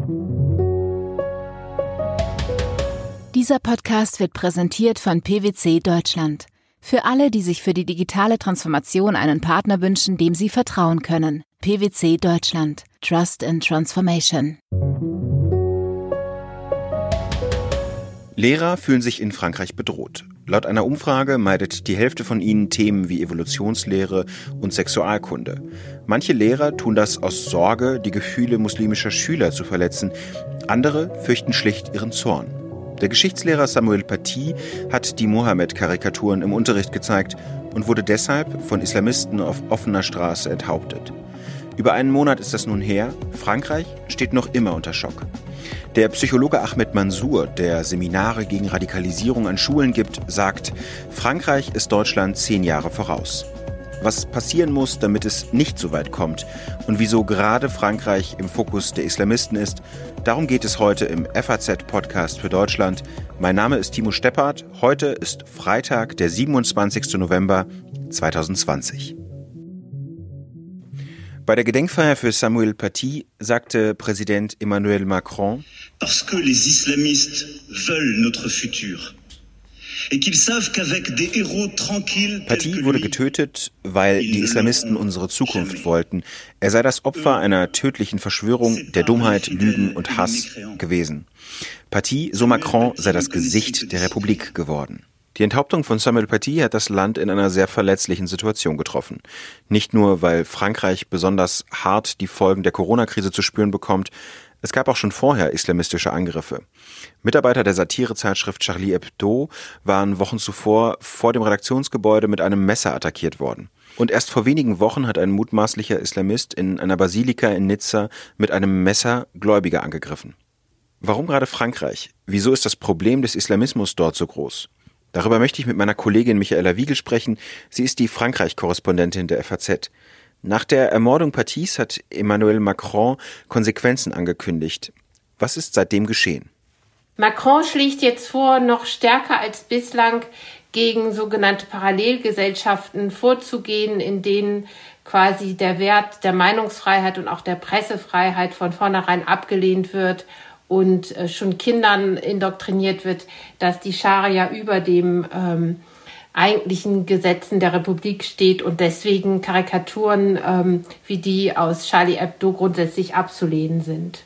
Dieser Podcast wird präsentiert von PwC Deutschland. Für alle, die sich für die digitale Transformation einen Partner wünschen, dem sie vertrauen können. PwC Deutschland. Trust in Transformation. Lehrer fühlen sich in Frankreich bedroht. Laut einer Umfrage meidet die Hälfte von ihnen Themen wie Evolutionslehre und Sexualkunde. Manche Lehrer tun das aus Sorge, die Gefühle muslimischer Schüler zu verletzen. Andere fürchten schlicht ihren Zorn. Der Geschichtslehrer Samuel Paty hat die Mohammed-Karikaturen im Unterricht gezeigt und wurde deshalb von Islamisten auf offener Straße enthauptet. Über einen Monat ist das nun her. Frankreich steht noch immer unter Schock. Der Psychologe Ahmed Mansour, der Seminare gegen Radikalisierung an Schulen gibt, sagt, Frankreich ist Deutschland 10 Jahre voraus. Was passieren muss, damit es nicht so weit kommt und wieso gerade Frankreich im Fokus der Islamisten ist, darum geht es heute im FAZ-Podcast für Deutschland. Mein Name ist Timo Steppert. Heute ist Freitag, der 27. November 2020. Bei der Gedenkfeier für Samuel Paty sagte Präsident Emmanuel Macron: Parce que les islamistes veulent notre futur. Paty wurde getötet, weil die Islamisten unsere Zukunft wollten. Er sei das Opfer einer tödlichen Verschwörung der Dummheit, Lügen und Hass gewesen. Paty, so Macron, sei das Gesicht der Republik geworden. Die Enthauptung von Samuel Paty hat das Land in einer sehr verletzlichen Situation getroffen. Nicht nur, weil Frankreich besonders hart die Folgen der Corona-Krise zu spüren bekommt, es gab auch schon vorher islamistische Angriffe. Mitarbeiter der Satirezeitschrift Charlie Hebdo waren Wochen zuvor vor dem Redaktionsgebäude mit einem Messer attackiert worden. Und erst vor wenigen Wochen hat ein mutmaßlicher Islamist in einer Basilika in Nizza mit einem Messer Gläubige angegriffen. Warum gerade Frankreich? Wieso ist das Problem des Islamismus dort so groß? Darüber möchte ich mit meiner Kollegin Michaela Wiegel sprechen. Sie ist die Frankreich-Korrespondentin der FAZ. Nach der Ermordung Patys hat Emmanuel Macron Konsequenzen angekündigt. Was ist seitdem geschehen? Macron schlägt jetzt vor, noch stärker als bislang gegen sogenannte Parallelgesellschaften vorzugehen, in denen quasi der Wert der Meinungsfreiheit und auch der Pressefreiheit von vornherein abgelehnt wird und schon Kindern indoktriniert wird, dass die Scharia über dem eigentlichen Gesetzen der Republik steht und deswegen Karikaturen wie die aus Charlie Hebdo grundsätzlich abzulehnen sind.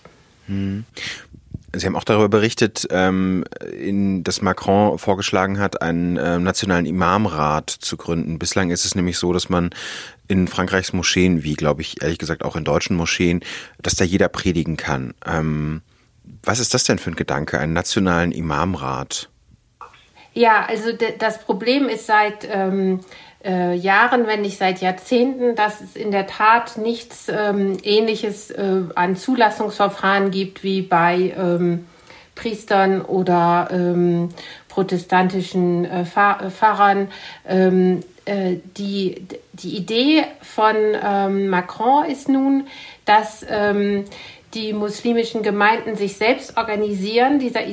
Sie haben auch darüber berichtet, dass Macron vorgeschlagen hat, einen nationalen Imamrat zu gründen. Bislang ist es nämlich so, dass man in Frankreichs Moscheen, wie glaube ich ehrlich gesagt auch in deutschen Moscheen, dass da jeder predigen kann. Was ist das denn für ein Gedanke, einen nationalen Imamrat? Ja, also das Problem ist seit Jahren, wenn nicht seit Jahrzehnten, dass es in der Tat nichts Ähnliches an Zulassungsverfahren gibt wie bei Priestern oder protestantischen Pfarrern. Die Idee von Macron ist nun, dass die muslimischen Gemeinden sich selbst organisieren. Dieser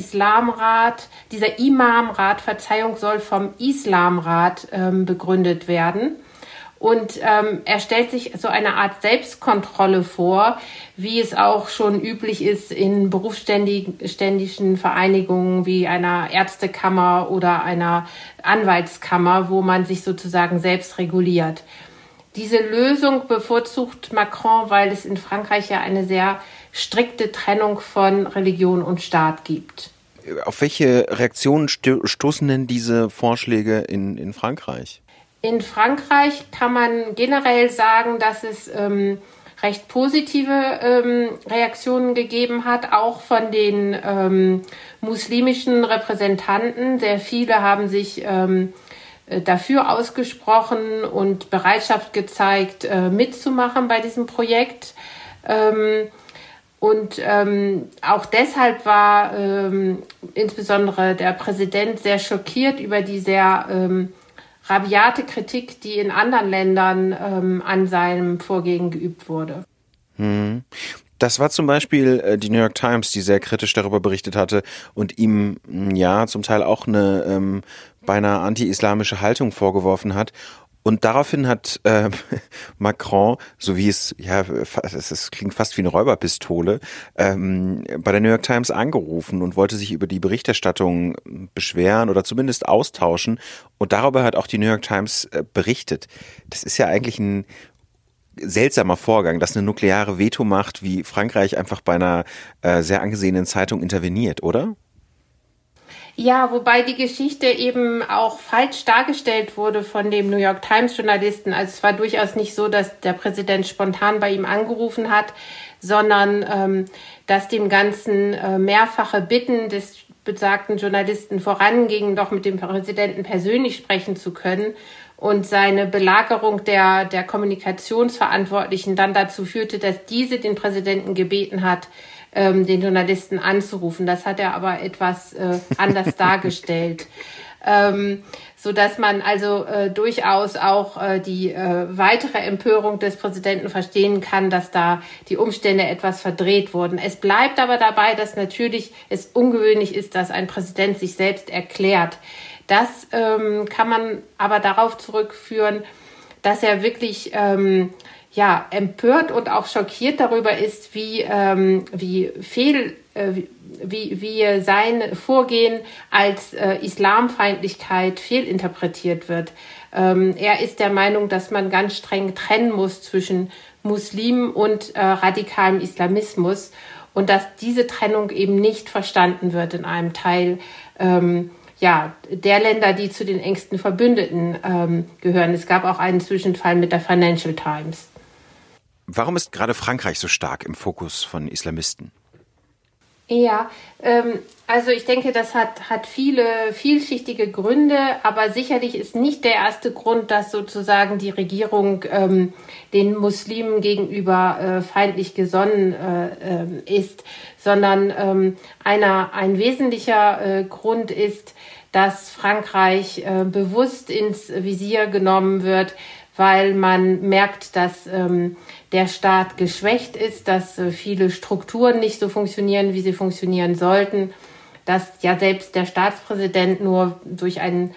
Imamrat, soll vom Islamrat begründet werden. Und er stellt sich so eine Art Selbstkontrolle vor, wie es auch schon üblich ist in berufsständischen Vereinigungen wie einer Ärztekammer oder einer Anwaltskammer, wo man sich sozusagen selbst reguliert. Diese Lösung bevorzugt Macron, weil es in Frankreich ja eine sehr strikte Trennung von Religion und Staat gibt. Auf welche Reaktionen stoßen denn diese Vorschläge in Frankreich? In Frankreich kann man generell sagen, dass es recht positive Reaktionen gegeben hat, auch von den muslimischen Repräsentanten. Sehr viele haben sich dafür ausgesprochen und Bereitschaft gezeigt, mitzumachen bei diesem Projekt. Und auch deshalb war insbesondere der Präsident sehr schockiert über die sehr rabiate Kritik, die in anderen Ländern an seinem Vorgehen geübt wurde. Das war zum Beispiel die New York Times, die sehr kritisch darüber berichtet hatte und ihm ja zum Teil auch eine beinahe anti-islamische Haltung vorgeworfen hat. Und daraufhin hat Macron, so wie es klingt fast wie eine Räuberpistole, bei der New York Times angerufen und wollte sich über die Berichterstattung beschweren oder zumindest austauschen. Und darüber hat auch die New York Times berichtet. Das ist ja eigentlich ein seltsamer Vorgang, dass eine nukleare Vetomacht wie Frankreich einfach bei einer sehr angesehenen Zeitung interveniert, oder? Ja, wobei die Geschichte eben auch falsch dargestellt wurde von dem New York Times Journalisten. Also es war durchaus nicht so, dass der Präsident spontan bei ihm angerufen hat, sondern dass dem Ganzen mehrfache Bitten des besagten Journalisten vorangingen, doch mit dem Präsidenten persönlich sprechen zu können. Und seine Belagerung der Kommunikationsverantwortlichen dann dazu führte, dass diese den Präsidenten gebeten hat, den Journalisten anzurufen. Das hat er aber etwas anders dargestellt, so dass man also durchaus auch die weitere Empörung des Präsidenten verstehen kann, dass da die Umstände etwas verdreht wurden. Es bleibt aber dabei, dass natürlich es ungewöhnlich ist, dass ein Präsident sich selbst erklärt. Das kann man aber darauf zurückführen, dass er wirklich empört und auch schockiert darüber ist, wie sein Vorgehen als Islamfeindlichkeit fehlinterpretiert wird. Er ist der Meinung, dass man ganz streng trennen muss zwischen Muslimen und radikalem Islamismus und dass diese Trennung eben nicht verstanden wird in einem Teil der Länder, die zu den engsten Verbündeten gehören. Es gab auch einen Zwischenfall mit der Financial Times. Warum ist gerade Frankreich so stark im Fokus von Islamisten? Ja, also ich denke, das hat viele vielschichtige Gründe, aber sicherlich ist nicht der erste Grund, dass sozusagen die Regierung den Muslimen gegenüber feindlich gesonnen ist, sondern ein wesentlicher Grund ist, dass Frankreich bewusst ins Visier genommen wird, weil man merkt, dass der Staat geschwächt ist, dass viele Strukturen nicht so funktionieren, wie sie funktionieren sollten, dass ja selbst der Staatspräsident nur durch einen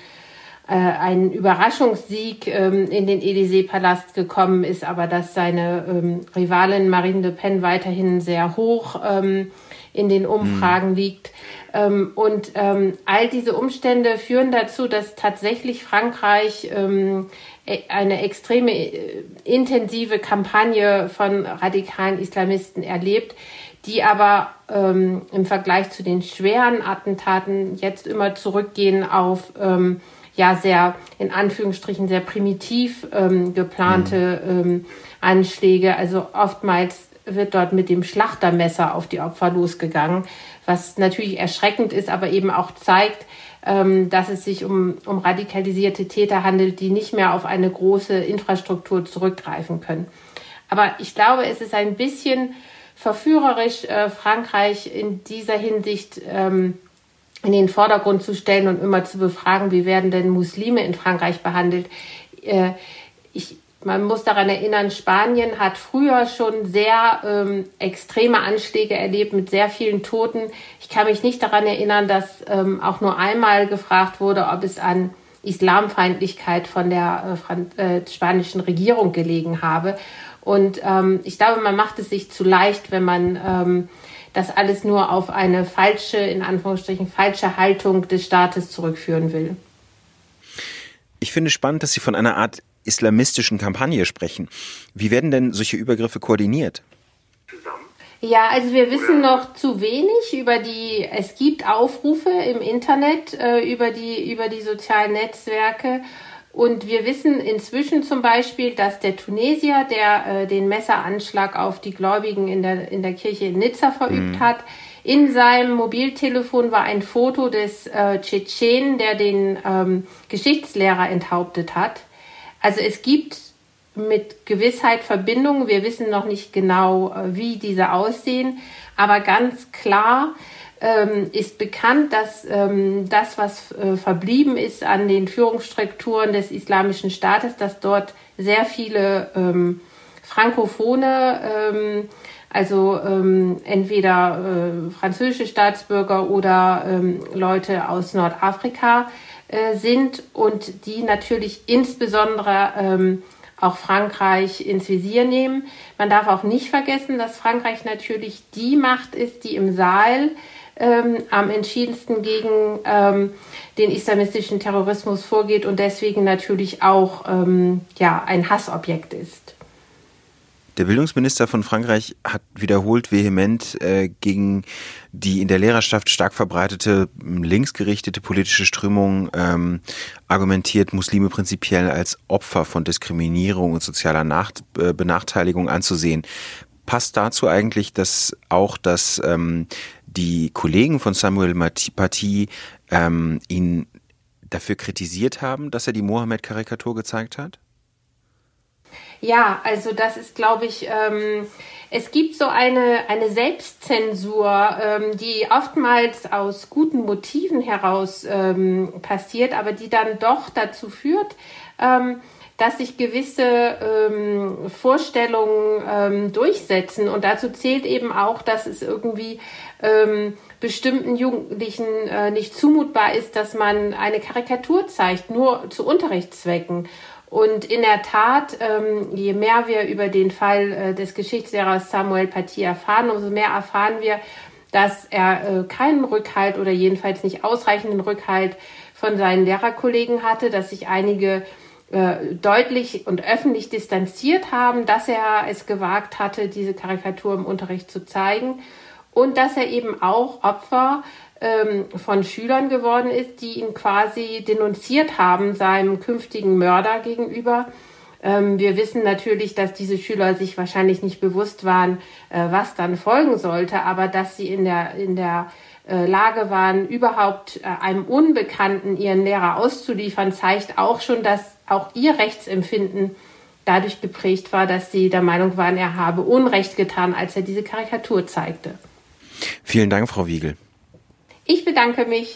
Überraschungssieg in den Élysée-Palast gekommen ist, aber dass seine Rivalin Marine Le Pen weiterhin sehr hoch in den Umfragen liegt. Und all diese Umstände führen dazu, dass tatsächlich Frankreich eine extreme intensive Kampagne von radikalen Islamisten erlebt, die aber im Vergleich zu den schweren Attentaten jetzt immer zurückgehen auf sehr, in Anführungsstrichen, sehr primitiv geplante Anschläge. Also oftmals wird dort mit dem Schlachtermesser auf die Opfer losgegangen, was natürlich erschreckend ist, aber eben auch zeigt, dass es sich um radikalisierte Täter handelt, die nicht mehr auf eine große Infrastruktur zurückgreifen können. Aber ich glaube, es ist ein bisschen verführerisch, Frankreich in dieser Hinsicht in den Vordergrund zu stellen und immer zu befragen, wie werden denn Muslime in Frankreich behandelt. Man muss daran erinnern, Spanien hat früher schon sehr extreme Anschläge erlebt mit sehr vielen Toten. Ich kann mich nicht daran erinnern, dass auch nur einmal gefragt wurde, ob es an Islamfeindlichkeit von der spanischen Regierung gelegen habe. Und ich glaube, man macht es sich zu leicht, wenn man das alles nur auf eine falsche, in Anführungsstrichen, falsche Haltung des Staates zurückführen will. Ich finde spannend, dass Sie von einer Art islamistischen Kampagne sprechen. Wie werden denn solche Übergriffe koordiniert? Ja, also wir wissen noch zu wenig es gibt Aufrufe im Internet über die sozialen Netzwerke und wir wissen inzwischen zum Beispiel, dass der Tunesier, der den Messeranschlag auf die Gläubigen in der Kirche in Nizza verübt hat, in seinem Mobiltelefon war ein Foto des Tschetschenen, der den Geschichtslehrer enthauptet hat. Also es gibt mit Gewissheit Verbindungen. Wir wissen noch nicht genau, wie diese aussehen. Aber ganz klar ist bekannt, dass das, was verblieben ist an den Führungsstrukturen des Islamischen Staates, dass dort sehr viele Frankophone, entweder französische Staatsbürger oder Leute aus Nordafrika sind und die natürlich insbesondere auch Frankreich ins Visier nehmen. Man darf auch nicht vergessen, dass Frankreich natürlich die Macht ist, die im Sahel am entschiedensten gegen den islamistischen Terrorismus vorgeht und deswegen natürlich auch ein Hassobjekt ist. Der Bildungsminister von Frankreich hat wiederholt vehement gegen die in der Lehrerschaft stark verbreitete linksgerichtete politische Strömung argumentiert, Muslime prinzipiell als Opfer von Diskriminierung und sozialer Benachteiligung anzusehen. Passt dazu eigentlich, dass die Kollegen von Samuel Paty ihn dafür kritisiert haben, dass er die Mohammed-Karikatur gezeigt hat? Ja, also das ist, glaube ich, es gibt so eine Selbstzensur, die oftmals aus guten Motiven heraus passiert, aber die dann doch dazu führt, dass sich gewisse Vorstellungen durchsetzen. Und dazu zählt eben auch, dass es irgendwie bestimmten Jugendlichen nicht zumutbar ist, dass man eine Karikatur zeigt, nur zu Unterrichtszwecken. Und in der Tat, je mehr wir über den Fall des Geschichtslehrers Samuel Paty erfahren, umso mehr erfahren wir, dass er keinen Rückhalt oder jedenfalls nicht ausreichenden Rückhalt von seinen Lehrerkollegen hatte, dass sich einige deutlich und öffentlich distanziert haben, dass er es gewagt hatte, diese Karikatur im Unterricht zu zeigen und dass er eben auch Opfer von Schülern geworden ist, die ihn quasi denunziert haben, seinem künftigen Mörder gegenüber. Wir wissen natürlich, dass diese Schüler sich wahrscheinlich nicht bewusst waren, was dann folgen sollte, aber dass sie in der Lage waren, überhaupt einem Unbekannten ihren Lehrer auszuliefern, zeigt auch schon, dass auch ihr Rechtsempfinden dadurch geprägt war, dass sie der Meinung waren, er habe Unrecht getan, als er diese Karikatur zeigte. Vielen Dank, Frau Wiegel. Ich bedanke mich.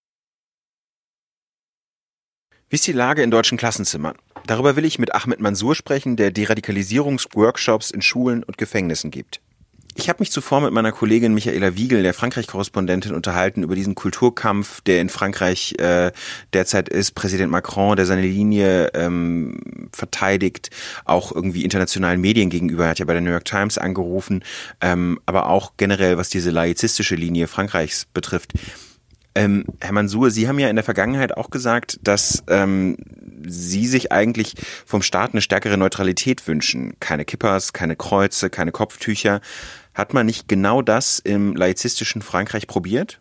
Wie ist die Lage in deutschen Klassenzimmern? Darüber will ich mit Ahmed Mansour sprechen, der Deradikalisierungsworkshops in Schulen und Gefängnissen gibt. Ich habe mich zuvor mit meiner Kollegin Michaela Wiegel, der Frankreich-Korrespondentin, unterhalten über diesen Kulturkampf, der in Frankreich derzeit ist. Präsident Macron, der seine Linie verteidigt, auch irgendwie internationalen Medien gegenüber, hat ja bei der New York Times angerufen, aber auch generell, was diese laizistische Linie Frankreichs betrifft. Herr Mansour, Sie haben ja in der Vergangenheit auch gesagt, dass Sie sich eigentlich vom Staat eine stärkere Neutralität wünschen. Keine Kippas, keine Kreuze, keine Kopftücher. Hat man nicht genau das im laizistischen Frankreich probiert?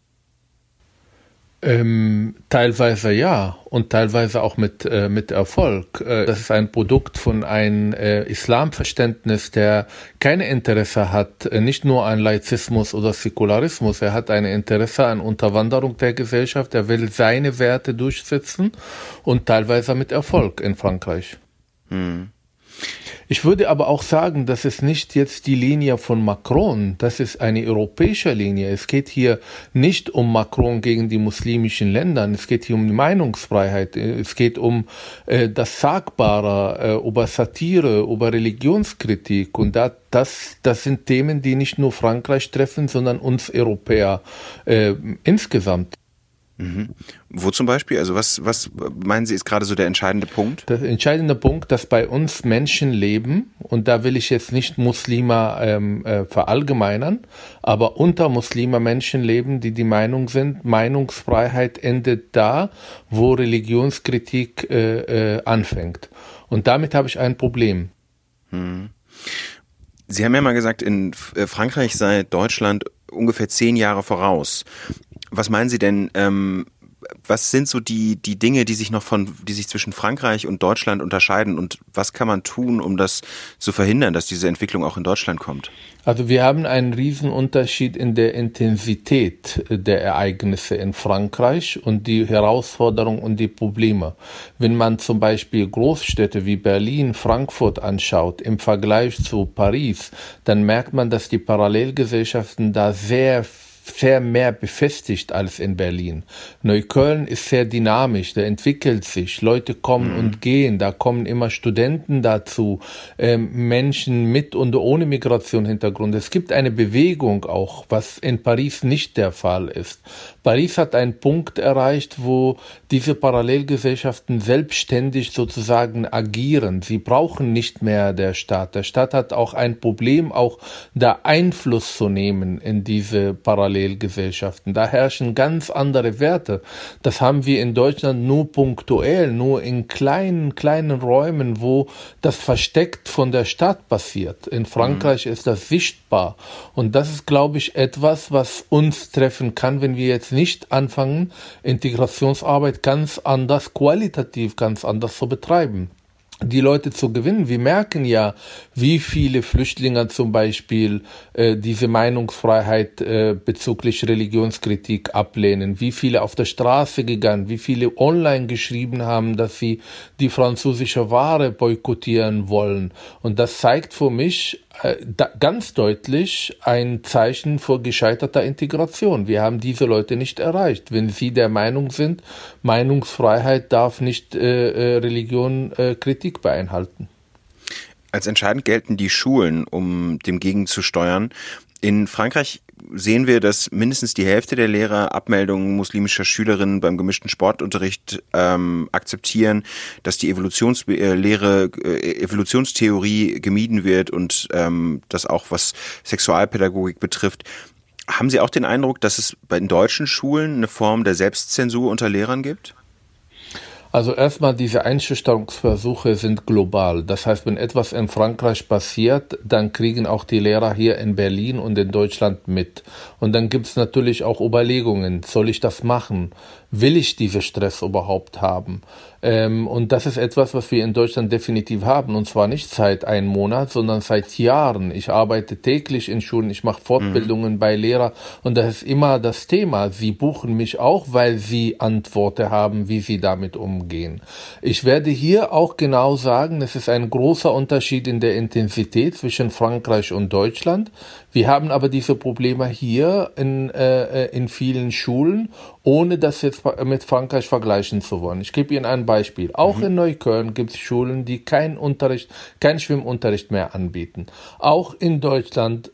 Teilweise ja und teilweise auch mit Erfolg. Das ist ein Produkt von einem Islamverständnis, der kein Interesse hat, nicht nur an Laizismus oder Säkularismus, er hat ein Interesse an Unterwanderung der Gesellschaft, er will seine Werte durchsetzen und teilweise mit Erfolg in Frankreich. Ich würde aber auch sagen, das ist nicht jetzt die Linie von Macron, das ist eine europäische Linie. Es geht hier nicht um Macron gegen die muslimischen Länder, es geht hier um die Meinungsfreiheit, es geht um das Sagbare, über Satire, über Religionskritik und das sind Themen, die nicht nur Frankreich treffen, sondern uns Europäer insgesamt. Mhm. Wo zum Beispiel? Also was meinen Sie ist gerade so der entscheidende Punkt? Der entscheidende Punkt, dass bei uns Menschen leben, und da will ich jetzt nicht Muslime verallgemeinern, aber unter Muslime Menschen leben, die Meinung sind, Meinungsfreiheit endet da, wo Religionskritik anfängt. Und damit habe ich ein Problem. Sie haben ja mal gesagt, in Frankreich sei Deutschland ungefähr 10 Jahre voraus. Was meinen Sie denn, was sind so die Dinge, die sich zwischen Frankreich und Deutschland unterscheiden, und was kann man tun, um das zu verhindern, dass diese Entwicklung auch in Deutschland kommt? Also wir haben einen riesen Unterschied in der Intensität der Ereignisse in Frankreich und die Herausforderungen und die Probleme. Wenn man zum Beispiel Großstädte wie Berlin, Frankfurt anschaut im Vergleich zu Paris, dann merkt man, dass die Parallelgesellschaften da sehr sehr mehr befestigt als in Berlin. Neukölln ist sehr dynamisch, da entwickelt sich, Leute kommen und gehen, da kommen immer Studenten dazu, Menschen mit und ohne Migrationshintergrund. Es gibt eine Bewegung auch, was in Paris nicht der Fall ist. Paris hat einen Punkt erreicht, wo diese Parallelgesellschaften selbstständig sozusagen agieren. Sie brauchen nicht mehr der Staat. Der Staat hat auch ein Problem, auch da Einfluss zu nehmen in diese Parallelgesellschaften. Da herrschen ganz andere Werte. Das haben wir in Deutschland nur punktuell, nur in kleinen Räumen, wo das versteckt von der Stadt passiert. In Frankreich ist das sichtbar. Und das ist, glaube ich, etwas, was uns treffen kann, wenn wir jetzt nicht anfangen, Integrationsarbeit ganz anders, qualitativ ganz anders zu betreiben. Die Leute zu gewinnen. Wir merken ja, wie viele Flüchtlinge zum Beispiel diese Meinungsfreiheit bezüglich Religionskritik ablehnen, wie viele auf der Straße gegangen, wie viele online geschrieben haben, dass sie die französische Ware boykottieren wollen. Und das zeigt für mich ganz deutlich ein Zeichen für gescheiterter Integration. Wir haben diese Leute nicht erreicht. Wenn sie der Meinung sind, Meinungsfreiheit darf nicht Religion Kritik beinhalten. Als entscheidend gelten die Schulen, um dem gegenzusteuern. In Frankreich sehen wir, dass mindestens die Hälfte der Lehrer Abmeldungen muslimischer Schülerinnen beim gemischten Sportunterricht akzeptieren, dass die Evolutionstheorie gemieden wird und das auch was Sexualpädagogik betrifft. Haben Sie auch den Eindruck, dass es bei den deutschen Schulen eine Form der Selbstzensur unter Lehrern gibt? Also erstmal, diese Einschüchterungsversuche sind global. Das heißt, wenn etwas in Frankreich passiert, dann kriegen auch die Lehrer hier in Berlin und in Deutschland mit. Und dann gibt es natürlich auch Überlegungen, soll ich das machen? Will ich diesen Stress überhaupt haben? Und das ist etwas, was wir in Deutschland definitiv haben. Und zwar nicht seit einem Monat, sondern seit Jahren. Ich arbeite täglich in Schulen, ich mache Fortbildungen bei Lehrern. Und das ist immer das Thema. Sie buchen mich auch, weil sie Antworten haben, wie sie damit umgehen. Ich werde hier auch genau sagen, es ist ein großer Unterschied in der Intensität zwischen Frankreich und Deutschland. Wir haben aber diese Probleme hier in vielen Schulen, ohne das jetzt mit Frankreich vergleichen zu wollen. Ich gebe Ihnen ein Beispiel. Auch in Neukölln gibt es Schulen, die keinen Schwimmunterricht mehr anbieten. Auch in Deutschland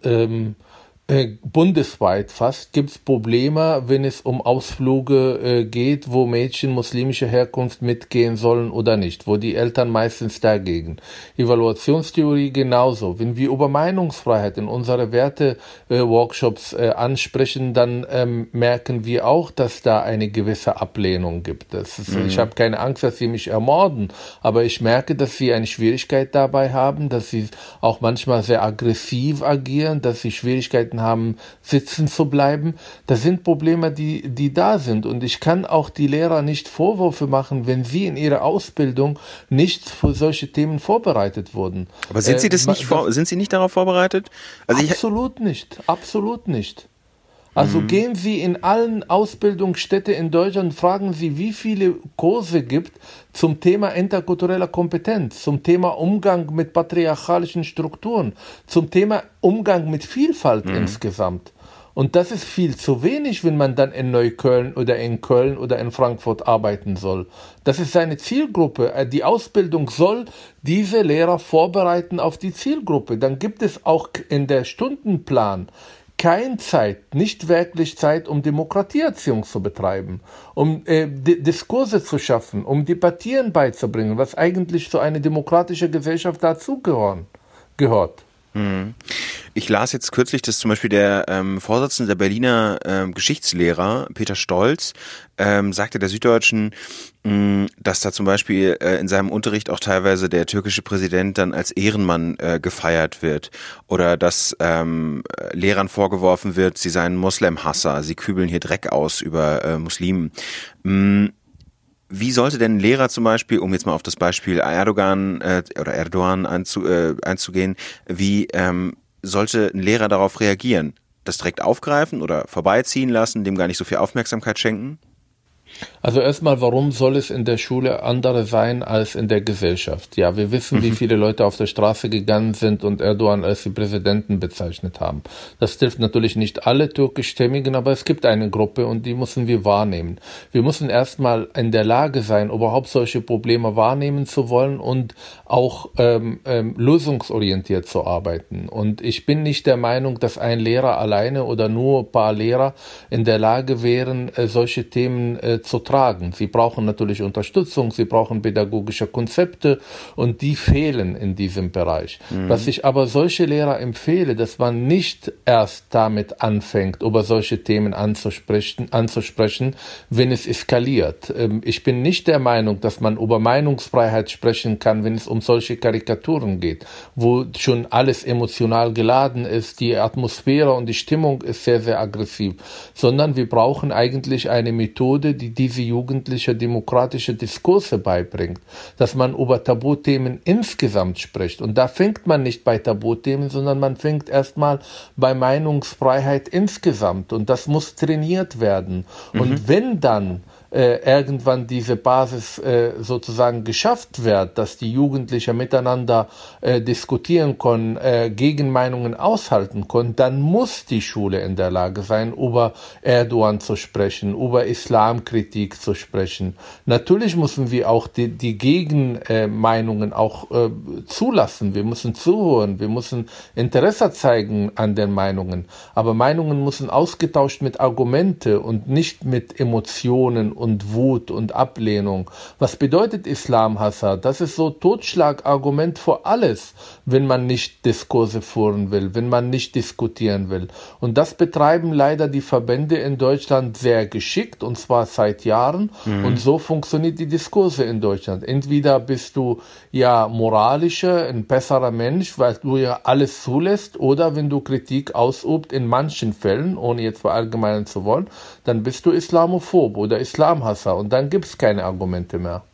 bundesweit fast gibt es Probleme, wenn es um Ausflüge geht, wo Mädchen muslimischer Herkunft mitgehen sollen oder nicht, wo die Eltern meistens dagegen. Evaluationstheorie genauso. Wenn wir über Meinungsfreiheit in unsere Werte-Workshops ansprechen, dann merken wir auch, dass da eine gewisse Ablehnung gibt. Ich habe keine Angst, dass sie mich ermorden, aber ich merke, dass sie eine Schwierigkeit dabei haben, dass sie auch manchmal sehr aggressiv agieren, dass sie Schwierigkeiten haben, sitzen zu bleiben. Das sind Probleme, die da sind. Und ich kann auch die Lehrer nicht Vorwürfe machen, wenn sie in ihrer Ausbildung nicht für solche Themen vorbereitet wurden. Aber sind Sie sind Sie nicht darauf vorbereitet? Also absolut nicht. Also gehen Sie in allen Ausbildungsstätten in Deutschland, fragen Sie, wie viele Kurse gibt zum Thema interkultureller Kompetenz, zum Thema Umgang mit patriarchalischen Strukturen, zum Thema Umgang mit Vielfalt insgesamt. Und das ist viel zu wenig, wenn man dann in Neukölln oder in Köln oder in Frankfurt arbeiten soll. Das ist seine Zielgruppe. Die Ausbildung soll diese Lehrer vorbereiten auf die Zielgruppe. Dann gibt es auch in der Stundenplan nicht wirklich Zeit, um Demokratieerziehung zu betreiben, um Diskurse zu schaffen, um Debattieren beizubringen, was eigentlich zu einer demokratischen Gesellschaft gehört. Ich las jetzt kürzlich, dass zum Beispiel der Vorsitzende der Berliner Geschichtslehrer, Peter Stolz, sagte der Süddeutschen, dass da zum Beispiel in seinem Unterricht auch teilweise der türkische Präsident dann als Ehrenmann gefeiert wird oder dass Lehrern vorgeworfen wird, sie seien Moslem-Hasser, sie kübeln hier Dreck aus über Muslimen. Wie sollte denn ein Lehrer zum Beispiel, um jetzt mal auf das Beispiel Erdogan einzugehen, wie sollte ein Lehrer darauf reagieren? Das direkt aufgreifen oder vorbeiziehen lassen, dem gar nicht so viel Aufmerksamkeit schenken? Also erstmal, warum soll es in der Schule andere sein als in der Gesellschaft? Ja, wir wissen, wie viele Leute auf der Straße gegangen sind und Erdogan als die Präsidenten bezeichnet haben. Das trifft natürlich nicht alle türkischstämmigen, aber es gibt eine Gruppe und die müssen wir wahrnehmen. Wir müssen erstmal in der Lage sein, überhaupt solche Probleme wahrnehmen zu wollen und auch lösungsorientiert zu arbeiten. Und ich bin nicht der Meinung, dass ein Lehrer alleine oder nur ein paar Lehrer in der Lage wären, solche Themen zu tragen. Sie brauchen natürlich Unterstützung, sie brauchen pädagogische Konzepte und die fehlen in diesem Bereich. Was ich aber solche Lehrer empfehle, dass man nicht erst damit anfängt, über solche Themen anzusprechen, wenn es eskaliert. Ich bin nicht der Meinung, dass man über Meinungsfreiheit sprechen kann, wenn es um solche Karikaturen geht, wo schon alles emotional geladen ist, die Atmosphäre und die Stimmung ist sehr, sehr aggressiv, sondern wir brauchen eigentlich eine Methode, die diese jugendliche demokratische Diskurse beibringt, dass man über Tabuthemen insgesamt spricht. Und da fängt man nicht bei Tabuthemen, sondern man fängt erstmal bei Meinungsfreiheit insgesamt. Und das muss trainiert werden. Und wenn dann irgendwann diese Basis sozusagen geschafft wird, dass die Jugendlichen miteinander diskutieren können, Gegenmeinungen aushalten können, dann muss die Schule in der Lage sein, über Erdogan zu sprechen, über Islamkritik zu sprechen. Natürlich müssen wir auch die Gegenmeinungen auch zulassen. Wir müssen zuhören, wir müssen Interesse zeigen an den Meinungen. Aber Meinungen müssen ausgetauscht mit Argumente und nicht mit Emotionen und Wut und Ablehnung. Was bedeutet Islamhasser? Das ist so Totschlagargument für alles, wenn man nicht Diskurse führen will, wenn man nicht diskutieren will. Und das betreiben leider die Verbände in Deutschland sehr geschickt, und zwar seit Jahren. Und so funktioniert die Diskurse in Deutschland. Entweder bist du ja moralischer, ein besserer Mensch, weil du ja alles zulässt, oder wenn du Kritik ausübst, in manchen Fällen, ohne jetzt verallgemeinern zu wollen, dann bist du Islamophob oder Islamhasser und dann gibt es keine Argumente mehr.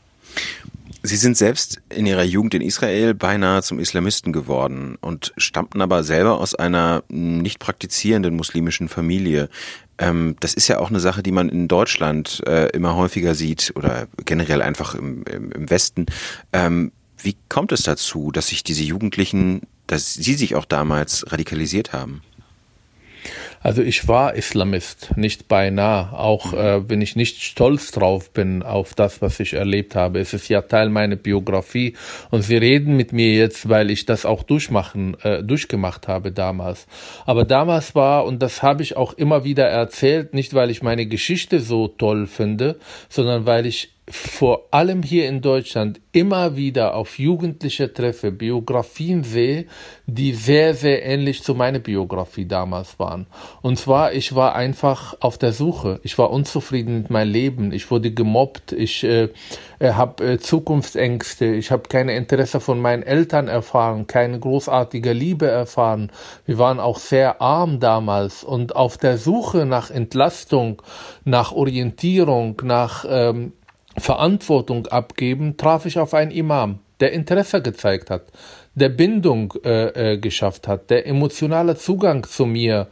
Sie sind selbst in Ihrer Jugend in Israel beinahe zum Islamisten geworden und stammten aber selber aus einer nicht praktizierenden muslimischen Familie. Das ist ja auch eine Sache, die man in Deutschland immer häufiger sieht oder generell einfach im Westen. Wie kommt es dazu, dass sich diese Jugendlichen, dass sie sich auch damals radikalisiert haben? Also ich war Islamist, nicht beinahe, auch wenn ich nicht stolz drauf bin auf das, was ich erlebt habe. Es ist ja Teil meiner Biografie und Sie reden mit mir jetzt, weil ich das auch durchgemacht habe damals. Aber damals war, und das habe ich auch immer wieder erzählt, nicht weil ich meine Geschichte so toll finde, sondern weil ich vor allem hier in Deutschland immer wieder auf Jugendliche treffe, Biografien sehe, die sehr, sehr ähnlich zu meiner Biografie damals waren. Und zwar, ich war einfach auf der Suche. Ich war unzufrieden mit meinem Leben. Ich wurde gemobbt. Ich habe Zukunftsängste. Ich habe keine Interesse von meinen Eltern erfahren, keine großartige Liebe erfahren. Wir waren auch sehr arm damals und auf der Suche nach Entlastung, nach Orientierung, nach Verantwortung abgeben, traf ich auf einen Imam, der Interesse gezeigt hat, der Bindung geschafft hat, der emotionale Zugang zu mir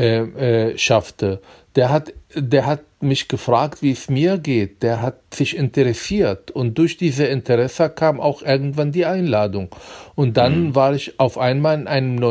schaffte. Der hat mich gefragt, wie es mir geht. Der hat sich interessiert und durch diese Interesse kam auch irgendwann die Einladung. Und dann war ich auf einmal in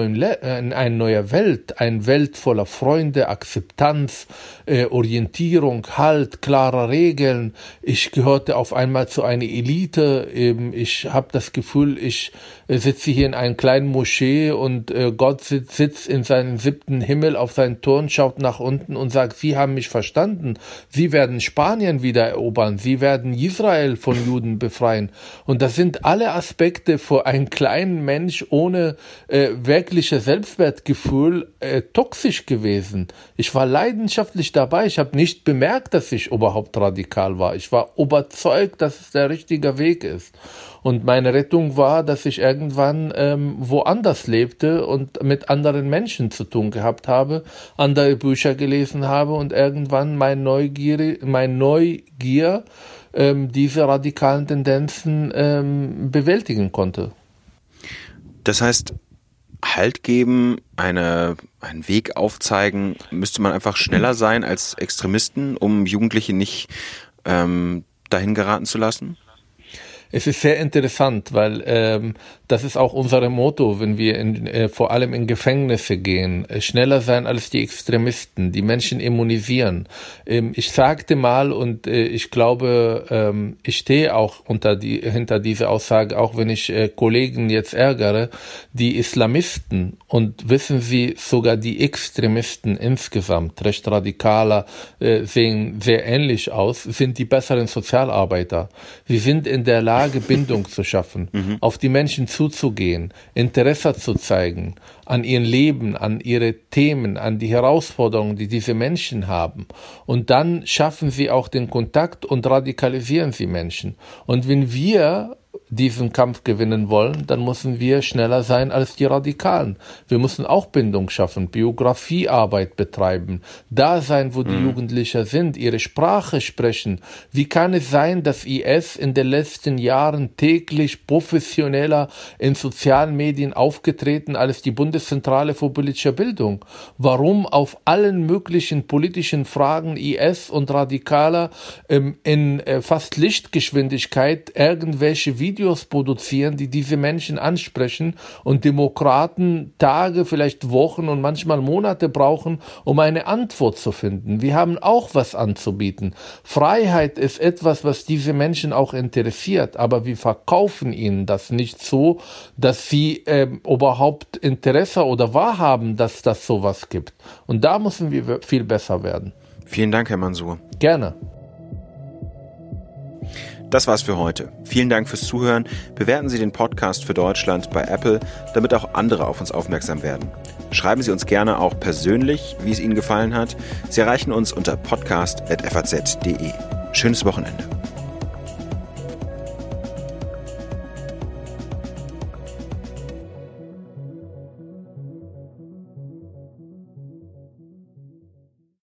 einer neuen Welt, eine Welt voller Freunde, Akzeptanz, Orientierung, Halt, klare Regeln. Ich gehörte auf einmal zu einer Elite. Ich habe das Gefühl, ich sitze hier in einer kleinen Moschee und Gott sitzt in seinem 7. Himmel auf seinen Thron, schaut nach unten und sagt, Sie haben mich verstanden. Sie werden Spanien wieder erobern. Sie werden Israel von Juden befreien. Und das sind alle Aspekte für einen kleinen Mensch ohne wirkliches Selbstwertgefühl toxisch gewesen. Ich war leidenschaftlich dabei. Ich habe nicht bemerkt, dass ich überhaupt radikal war. Ich war überzeugt, dass es der richtige Weg ist. Und meine Rettung war, dass ich irgendwann woanders lebte und mit anderen Menschen zu tun gehabt habe, andere Bücher gelesen habe und irgendwann meine Neugier diese radikalen Tendenzen bewältigen konnte. Das heißt, Halt geben, eine einen Weg aufzeigen? Müsste man einfach schneller sein als Extremisten, um Jugendliche nicht dahin geraten zu lassen? Es ist sehr interessant, weil das ist auch unser Motto, wenn wir vor allem in Gefängnisse gehen. Schneller sein als die Extremisten, die Menschen immunisieren. Ich sagte mal, und ich glaube, ich stehe auch hinter dieser Aussage, auch wenn ich Kollegen jetzt ärgere, die Islamisten und wissen Sie, sogar die Extremisten insgesamt, recht radikaler, sehen sehr ähnlich aus, sind die besseren Sozialarbeiter. Sie sind in der Lage, Bindung zu schaffen, auf die Menschen zuzugehen, Interesse zu zeigen an ihr Leben, an ihre Themen, an die Herausforderungen, die diese Menschen haben. Und dann schaffen sie auch den Kontakt und radikalisieren sie Menschen. Und wenn wir diesen Kampf gewinnen wollen, dann müssen wir schneller sein als die Radikalen. Wir müssen auch Bindung schaffen, Biografiearbeit betreiben, da sein, wo die Jugendlichen sind, ihre Sprache sprechen. Wie kann es sein, dass IS in den letzten Jahren täglich professioneller in sozialen Medien aufgetreten als die Bundeszentrale für politische Bildung? Warum auf allen möglichen politischen Fragen IS und Radikaler in fast Lichtgeschwindigkeit irgendwelche Videos produzieren, die diese Menschen ansprechen und Demokraten Tage, vielleicht Wochen und manchmal Monate brauchen, um eine Antwort zu finden. Wir haben auch was anzubieten. Freiheit ist etwas, was diese Menschen auch interessiert, aber wir verkaufen ihnen das nicht so, dass sie überhaupt Interesse oder wahrhaben, dass das sowas gibt. Und da müssen wir viel besser werden. Vielen Dank, Herr Mansour. Gerne. Das war's für heute. Vielen Dank fürs Zuhören. Bewerten Sie den Podcast für Deutschland bei Apple, damit auch andere auf uns aufmerksam werden. Schreiben Sie uns gerne auch persönlich, wie es Ihnen gefallen hat. Sie erreichen uns unter podcast@faz.de. Schönes Wochenende.